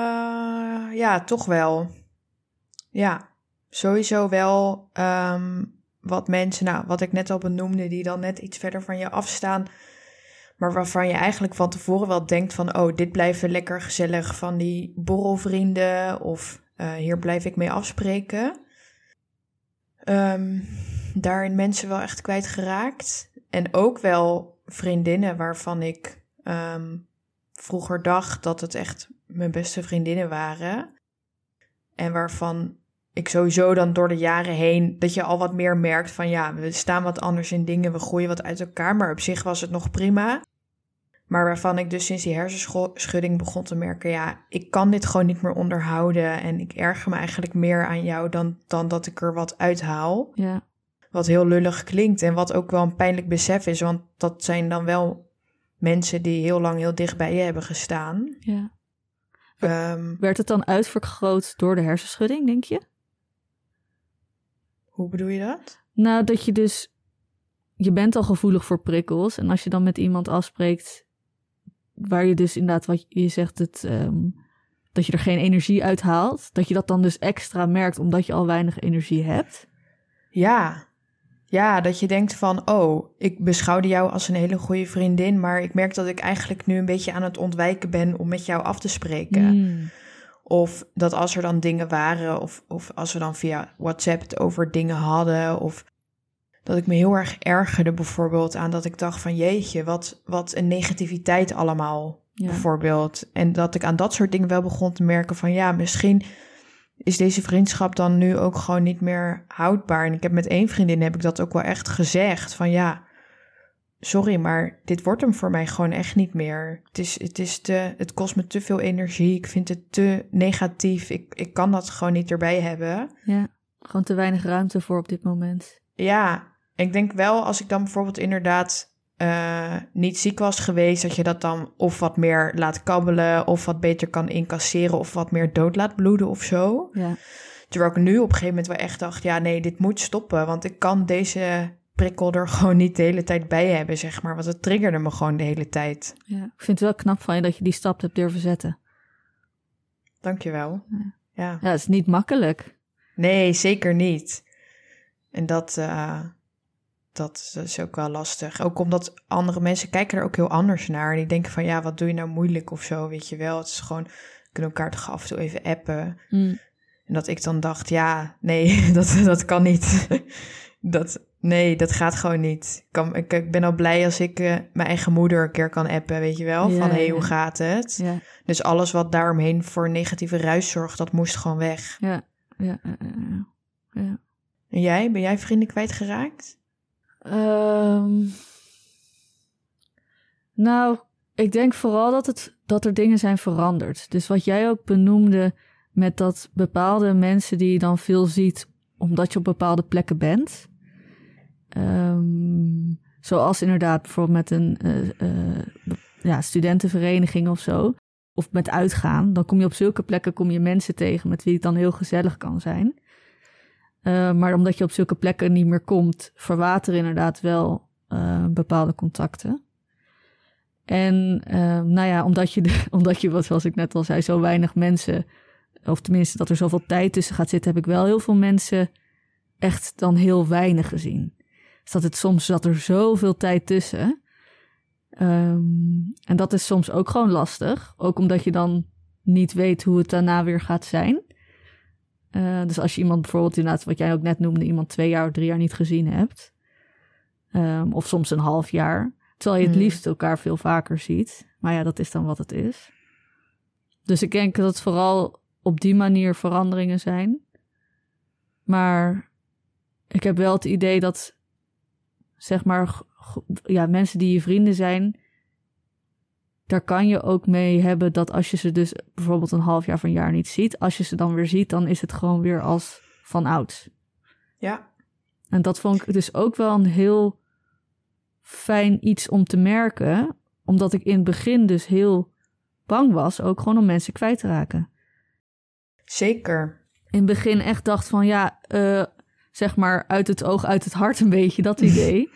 ja, toch wel. Ja, sowieso wel um, wat mensen, nou, wat ik net al benoemde, die dan net iets verder van je afstaan, maar waarvan je eigenlijk van tevoren wel denkt van, oh, dit blijven lekker gezellig van die borrelvrienden of uh, hier blijf ik mee afspreken. Um, daarin mensen wel echt kwijtgeraakt. En ook wel vriendinnen waarvan ik um, vroeger dacht dat het echt mijn beste vriendinnen waren. En waarvan ik sowieso dan door de jaren heen, dat je al wat meer merkt van ja, we staan wat anders in dingen, we gooien wat uit elkaar, maar op zich was het nog prima. Maar waarvan ik dus sinds die hersenschudding begon te merken, ja, ik kan dit gewoon niet meer onderhouden en ik erger me eigenlijk meer aan jou dan, dan dat ik er wat uithaal. Ja. Wat heel lullig klinkt en wat ook wel een pijnlijk besef is, want dat zijn dan wel mensen die heel lang heel dicht bij je hebben gestaan. Ja. Um, Werd het dan uitvergroot door de hersenschudding, denk je? Hoe bedoel je dat? Nou, dat je dus, je bent al gevoelig voor prikkels en als je dan met iemand afspreekt waar je dus inderdaad, wat je zegt, het, um, dat je er geen energie uit haalt, dat je dat dan dus extra merkt omdat je al weinig energie hebt. Ja, ja, dat je denkt van, oh, ik beschouwde jou als een hele goede vriendin, maar ik merk dat ik eigenlijk nu een beetje aan het ontwijken ben om met jou af te spreken. Mm. Of dat als er dan dingen waren, of, of als we dan via WhatsApp het over dingen hadden, of dat ik me heel erg ergerde bijvoorbeeld aan dat ik dacht van jeetje, wat, wat een negativiteit allemaal ja. bijvoorbeeld. En dat ik aan dat soort dingen wel begon te merken van ja, misschien is deze vriendschap dan nu ook gewoon niet meer houdbaar. En ik heb met één vriendin heb ik dat ook wel echt gezegd van ja, sorry, maar dit wordt hem voor mij gewoon echt niet meer. Het is, het is te, het kost me te veel energie. Ik vind het te negatief. Ik, ik kan dat gewoon niet erbij hebben. Ja, gewoon te weinig ruimte voor op dit moment. Ja, ik denk wel als ik dan bijvoorbeeld inderdaad uh, niet ziek was geweest, dat je dat dan of wat meer laat kabbelen, of wat beter kan incasseren, of wat meer dood laat bloeden of zo. Ja. Terwijl ik nu op een gegeven moment wel echt dacht, ja nee, dit moet stoppen, want ik kan deze prikkel er gewoon niet de hele tijd bij hebben, zeg maar. Want het triggerde me gewoon de hele tijd. Ja, ik vind het wel knap van je dat je die stap hebt durven zetten. Dankjewel. Ja, ja. ja het is niet makkelijk. Nee, zeker niet. En dat, uh, dat is ook wel lastig. Ook omdat andere mensen kijken er ook heel anders naar. En die denken van, ja, wat doe je nou moeilijk of zo, weet je wel. Het is gewoon, we kunnen elkaar toch af en toe even appen. Mm. En dat ik dan dacht, ja, nee, dat, dat kan niet. dat... Nee, dat gaat gewoon niet. Ik, kan, ik, ik ben al blij als ik uh, mijn eigen moeder een keer kan appen, weet je wel? Ja, van, hé, hey, ja. hoe gaat het? Ja. Dus alles wat daaromheen voor negatieve ruis zorgt, dat moest gewoon weg. Ja, ja, ja, ja. ja. En jij? Ben jij vrienden kwijtgeraakt? Um, nou, ik denk vooral dat, het, dat er dingen zijn veranderd. Dus wat jij ook benoemde met dat bepaalde mensen die je dan veel ziet, omdat je op bepaalde plekken bent. Um, zoals inderdaad bijvoorbeeld met een uh, uh, ja, studentenvereniging of zo. Of met uitgaan. Dan kom je op zulke plekken kom je mensen tegen met wie het dan heel gezellig kan zijn. Uh, maar omdat je op zulke plekken niet meer komt, verwateren inderdaad wel uh, bepaalde contacten. En uh, nou ja, omdat je, de, omdat je, zoals ik net al zei, zo weinig mensen, of tenminste dat er zoveel tijd tussen gaat zitten, heb ik wel heel veel mensen echt dan heel weinig gezien. Dus dat het soms zat er zoveel tijd tussen. Um, en dat is soms ook gewoon lastig. Ook omdat je dan niet weet hoe het daarna weer gaat zijn. Uh, dus als je iemand bijvoorbeeld, inderdaad, wat jij ook net noemde, iemand twee jaar of drie jaar niet gezien hebt. Um, of soms een half jaar. Terwijl je het liefst elkaar veel vaker ziet. Maar ja, dat is dan wat het is. Dus ik denk dat het vooral op die manier veranderingen zijn. Maar ik heb wel het idee dat, zeg maar, ja, mensen die je vrienden zijn, daar kan je ook mee hebben dat als je ze dus bijvoorbeeld een half jaar of een jaar niet ziet, als je ze dan weer ziet, dan is het gewoon weer als van ouds. Ja. En dat vond ik dus ook wel een heel fijn iets om te merken, omdat ik in het begin dus heel bang was, ook gewoon om mensen kwijt te raken. Zeker. In het begin echt dacht van, ja, uh, zeg maar uit het oog, uit het hart een beetje, dat idee.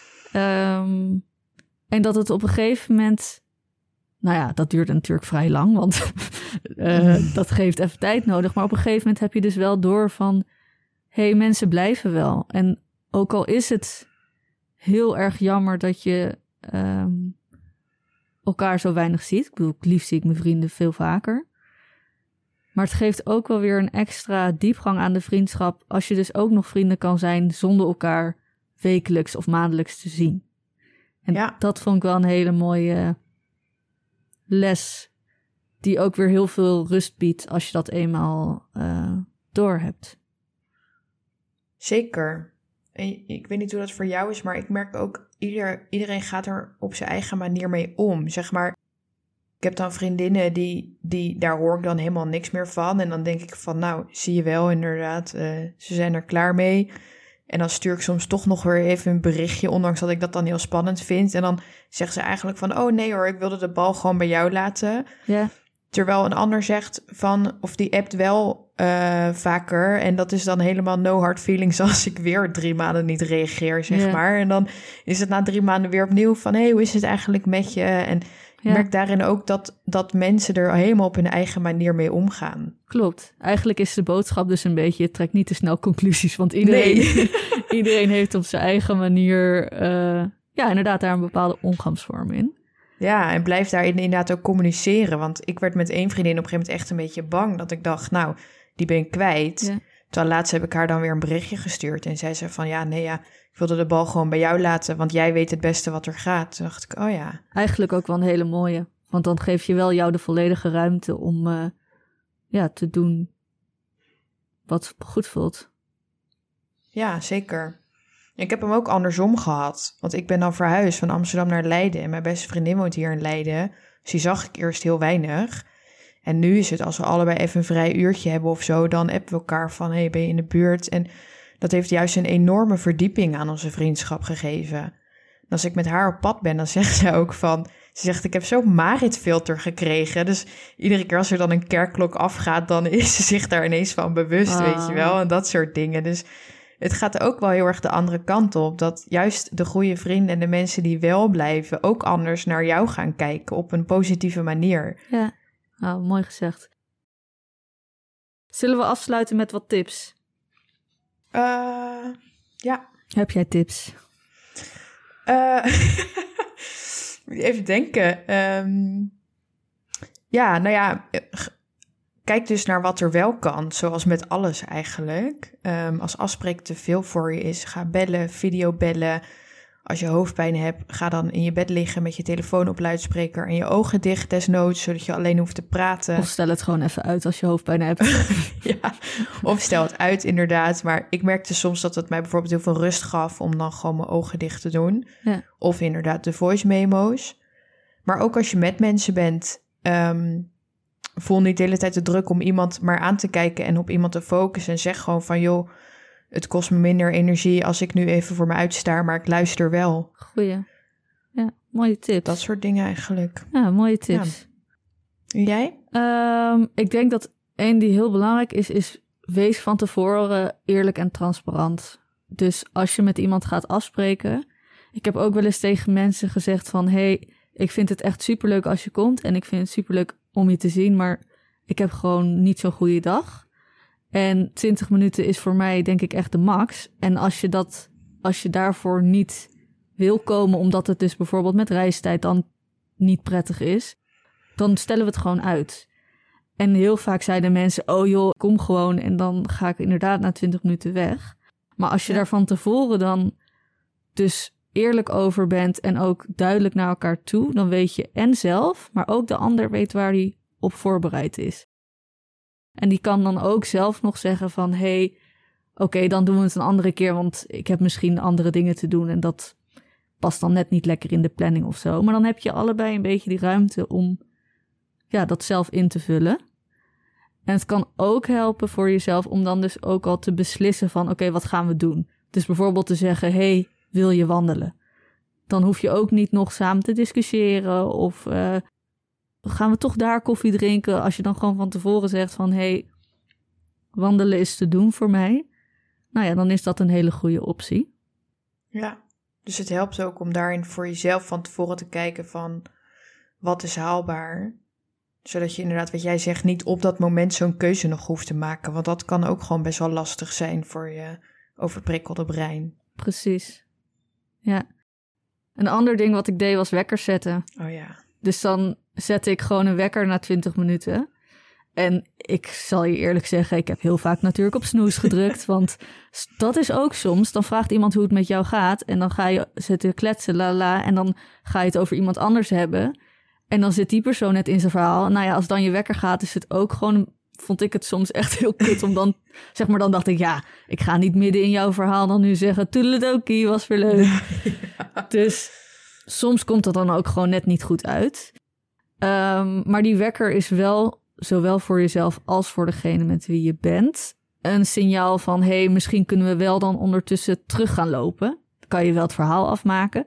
um, en dat het op een gegeven moment, nou ja, dat duurde natuurlijk vrij lang, want uh, dat geeft even tijd nodig. Maar op een gegeven moment heb je dus wel door van, hé, hey, mensen blijven wel. En ook al is het heel erg jammer dat je um, elkaar zo weinig ziet. Ik bedoel, liefst zie ik mijn vrienden veel vaker. Maar het geeft ook wel weer een extra diepgang aan de vriendschap, als je dus ook nog vrienden kan zijn zonder elkaar wekelijks of maandelijks te zien. En ja. dat vond ik wel een hele mooie les, die ook weer heel veel rust biedt als je dat eenmaal uh, door hebt. Zeker. En ik weet niet hoe dat voor jou is, maar ik merk ook, ieder, iedereen gaat er op zijn eigen manier mee om. Zeg maar, ik heb dan vriendinnen, die, die, daar hoor ik dan helemaal niks meer van. En dan denk ik van, nou, zie je wel inderdaad, uh, ze zijn er klaar mee. En dan stuur ik soms toch nog weer even een berichtje, ondanks dat ik dat dan heel spannend vind. En dan zeggen ze eigenlijk van, oh nee hoor, ik wilde de bal gewoon bij jou laten. Ja. Terwijl een ander zegt van, of die appt wel uh, vaker. En dat is dan helemaal no hard feelings als ik weer drie maanden niet reageer, zeg ja. maar. En dan is het na drie maanden weer opnieuw van, hé, hey, hoe is het eigenlijk met je? En ik ja. merk daarin ook dat, dat mensen er helemaal op hun eigen manier mee omgaan. Klopt. Eigenlijk is de boodschap dus een beetje, trek niet te snel conclusies. Want iedereen, nee. iedereen heeft op zijn eigen manier, uh, ja, inderdaad daar een bepaalde omgangsvorm in. Ja, en blijf daar inderdaad ook communiceren. Want ik werd met één vriendin op een gegeven moment echt een beetje bang. Dat ik dacht, nou, die ben ik kwijt. Ja. Terwijl laatst heb ik haar dan weer een berichtje gestuurd. En zij zei van, ja, nee, ja, ik wilde de bal gewoon bij jou laten. Want jij weet het beste wat er gaat. Toen dacht ik, oh ja. Eigenlijk ook wel een hele mooie. Want dan geef je wel jou de volledige ruimte om uh, ja, te doen wat goed voelt. Ja, zeker. Ik heb hem ook andersom gehad. Want ik ben dan verhuisd van Amsterdam naar Leiden. En mijn beste vriendin woont hier in Leiden. Dus die zag ik eerst heel weinig. En nu is het, als we allebei even een vrij uurtje hebben of zo, dan appen we elkaar van, hey, ben je in de buurt? En dat heeft juist een enorme verdieping aan onze vriendschap gegeven. En als ik met haar op pad ben, dan zegt ze ook van, ze zegt, ik heb zo'n Marit-filter gekregen. Dus iedere keer als er dan een kerkklok afgaat, dan is ze zich daar ineens van bewust, ah. weet je wel? En dat soort dingen. Dus het gaat ook wel heel erg de andere kant op. Dat juist de goede vrienden en de mensen die wel blijven ook anders naar jou gaan kijken op een positieve manier. Ja, nou, mooi gezegd. Zullen we afsluiten met wat tips? Uh, ja. Heb jij tips? Uh, even denken. Um, ja, nou ja, kijk dus naar wat er wel kan, zoals met alles eigenlijk. Um, als afspreken te veel voor je is, ga bellen, videobellen. Als je hoofdpijn hebt, ga dan in je bed liggen met je telefoon op luidspreker en je ogen dicht desnoods, zodat je alleen hoeft te praten. Of stel het gewoon even uit als je hoofdpijn hebt. Ja, of stel het uit inderdaad. Maar ik merkte soms dat het mij bijvoorbeeld heel veel rust gaf om dan gewoon mijn ogen dicht te doen. Ja. Of inderdaad de voice memo's. Maar ook als je met mensen bent, um, voel niet de hele tijd de druk om iemand maar aan te kijken en op iemand te focussen. En zeg gewoon van, joh, het kost me minder energie als ik nu even voor me uitstaar, maar ik luister wel. Goeie. Ja, mooie tips. Dat soort dingen eigenlijk. Ja, mooie tips. Ja. Jij? Um, ik denk dat één die heel belangrijk is, is wees van tevoren eerlijk en transparant. Dus als je met iemand gaat afspreken. Ik heb ook wel eens tegen mensen gezegd van, hey, ik vind het echt superleuk als je komt en ik vind het superleuk om je te zien, maar ik heb gewoon niet zo'n goede dag. En twintig minuten is voor mij denk ik echt de max. En als je dat, als je daarvoor niet wil komen, omdat het dus bijvoorbeeld met reistijd dan niet prettig is, dan stellen we het gewoon uit. En heel vaak zeiden mensen, oh joh, kom gewoon en dan ga ik inderdaad na twintig minuten weg. Maar als je ja. daar van tevoren dan dus eerlijk over bent en ook duidelijk naar elkaar toe, dan weet je en zelf, maar ook de ander weet waar hij op voorbereid is. En die kan dan ook zelf nog zeggen van, hey, oké, okay, dan doen we het een andere keer, want ik heb misschien andere dingen te doen en dat past dan net niet lekker in de planning of zo. Maar dan heb je allebei een beetje die ruimte om ja, dat zelf in te vullen. En het kan ook helpen voor jezelf om dan dus ook al te beslissen van, oké, okay, wat gaan we doen? Dus bijvoorbeeld te zeggen, hey, wil je wandelen? Dan hoef je ook niet nog samen te discussiëren of uh, gaan we toch daar koffie drinken? Als je dan gewoon van tevoren zegt van, hey, wandelen is te doen voor mij. Nou ja, dan is dat een hele goede optie. Ja, dus het helpt ook om daarin voor jezelf van tevoren te kijken van, wat is haalbaar? Zodat je inderdaad, wat jij zegt, niet op dat moment zo'n keuze nog hoeft te maken. Want dat kan ook gewoon best wel lastig zijn voor je overprikkelde brein. Precies. Ja. Een ander ding wat ik deed was wekkers zetten. Oh ja. Dus dan zette ik gewoon een wekker na twintig minuten. En ik zal je eerlijk zeggen, ik heb heel vaak natuurlijk op snoes gedrukt. Want dat is ook soms, dan vraagt iemand hoe het met jou gaat. En dan ga je zitten kletsen, la la. En dan ga je het over iemand anders hebben. En dan zit die persoon net in zijn verhaal. Nou ja, als dan je wekker gaat, is het ook gewoon, vond ik het soms echt heel kut om dan, zeg maar, dan dacht ik, ja, ik ga niet midden in jouw verhaal dan nu zeggen, toedeledokie, was weer leuk. Ja. Dus soms komt dat dan ook gewoon net niet goed uit. Um, maar die wekker is wel, zowel voor jezelf als voor degene met wie je bent, een signaal van, hé, hey, misschien kunnen we wel dan ondertussen terug gaan lopen. Dan kan je wel het verhaal afmaken.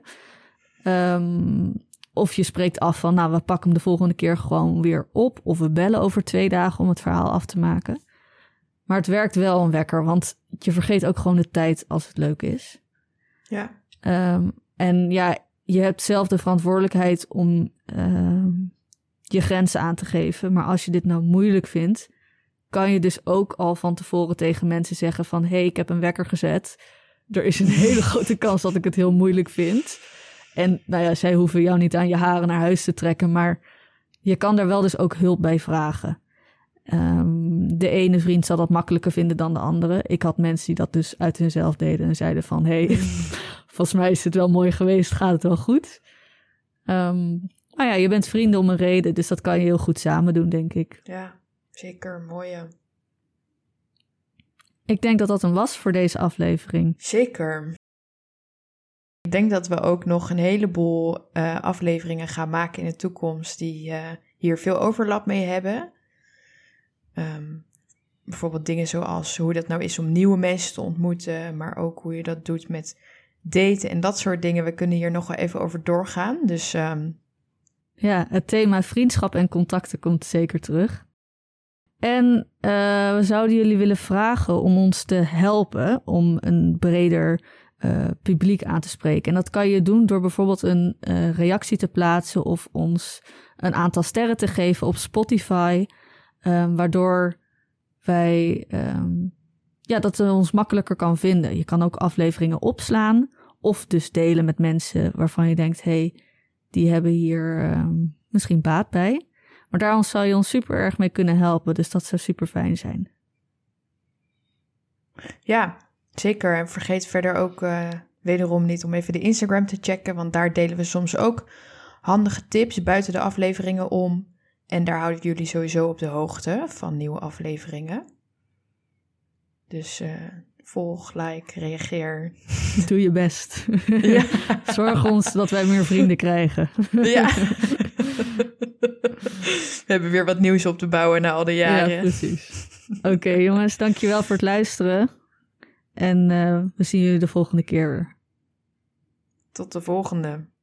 Um, Of je spreekt af van, nou, we pakken hem de volgende keer gewoon weer op. Of we bellen over twee dagen om het verhaal af te maken. Maar het werkt wel een wekker, want je vergeet ook gewoon de tijd als het leuk is. Ja. Um, en ja, je hebt zelf de verantwoordelijkheid om uh, je grenzen aan te geven. Maar als je dit nou moeilijk vindt, kan je dus ook al van tevoren tegen mensen zeggen van, hé, hey, ik heb een wekker gezet. Er is een hele grote kans dat ik het heel moeilijk vind. En nou ja, zij hoeven jou niet aan je haren naar huis te trekken, maar je kan daar wel dus ook hulp bij vragen. Um, Um, de ene vriend zal dat makkelijker vinden dan de andere. Ik had mensen die dat dus uit hunzelf deden en zeiden van... hé, hey, volgens mij is het wel mooi geweest, gaat het wel goed? Um, maar ja, je bent vrienden om een reden, dus dat kan je heel goed samen doen, denk ik. Ja, zeker. Mooie. Ik denk dat dat een was voor deze aflevering. Zeker. Ik denk dat we ook nog een heleboel uh, afleveringen gaan maken in de toekomst die uh, hier veel overlap mee hebben. Um, bijvoorbeeld dingen zoals hoe dat nou is om nieuwe mensen te ontmoeten, maar ook hoe je dat doet met daten en dat soort dingen. We kunnen hier nog wel even over doorgaan. Dus, um... ja, het thema vriendschap en contacten komt zeker terug. En uh, we zouden jullie willen vragen om ons te helpen om een breder uh, publiek aan te spreken. En dat kan je doen door bijvoorbeeld een uh, reactie te plaatsen of ons een aantal sterren te geven op Spotify, um, waardoor wij, um, ja, dat het ons makkelijker kan vinden. Je kan ook afleveringen opslaan of dus delen met mensen waarvan je denkt, hé, hey, die hebben hier um, misschien baat bij. Maar daar zou je ons super erg mee kunnen helpen. Dus dat zou super fijn zijn. Ja, zeker. En vergeet verder ook uh, wederom niet om even de Instagram te checken. Want daar delen we soms ook handige tips buiten de afleveringen om. En daar houden jullie sowieso op de hoogte van nieuwe afleveringen. Dus uh, volg, like, reageer. Doe je best. Ja. Zorg ons dat wij meer vrienden krijgen. Ja. We hebben weer wat nieuws op te bouwen na al die jaren. Ja, precies. Oké, okay, jongens, dankjewel voor het luisteren. En uh, we zien jullie de volgende keer weer. Tot de volgende.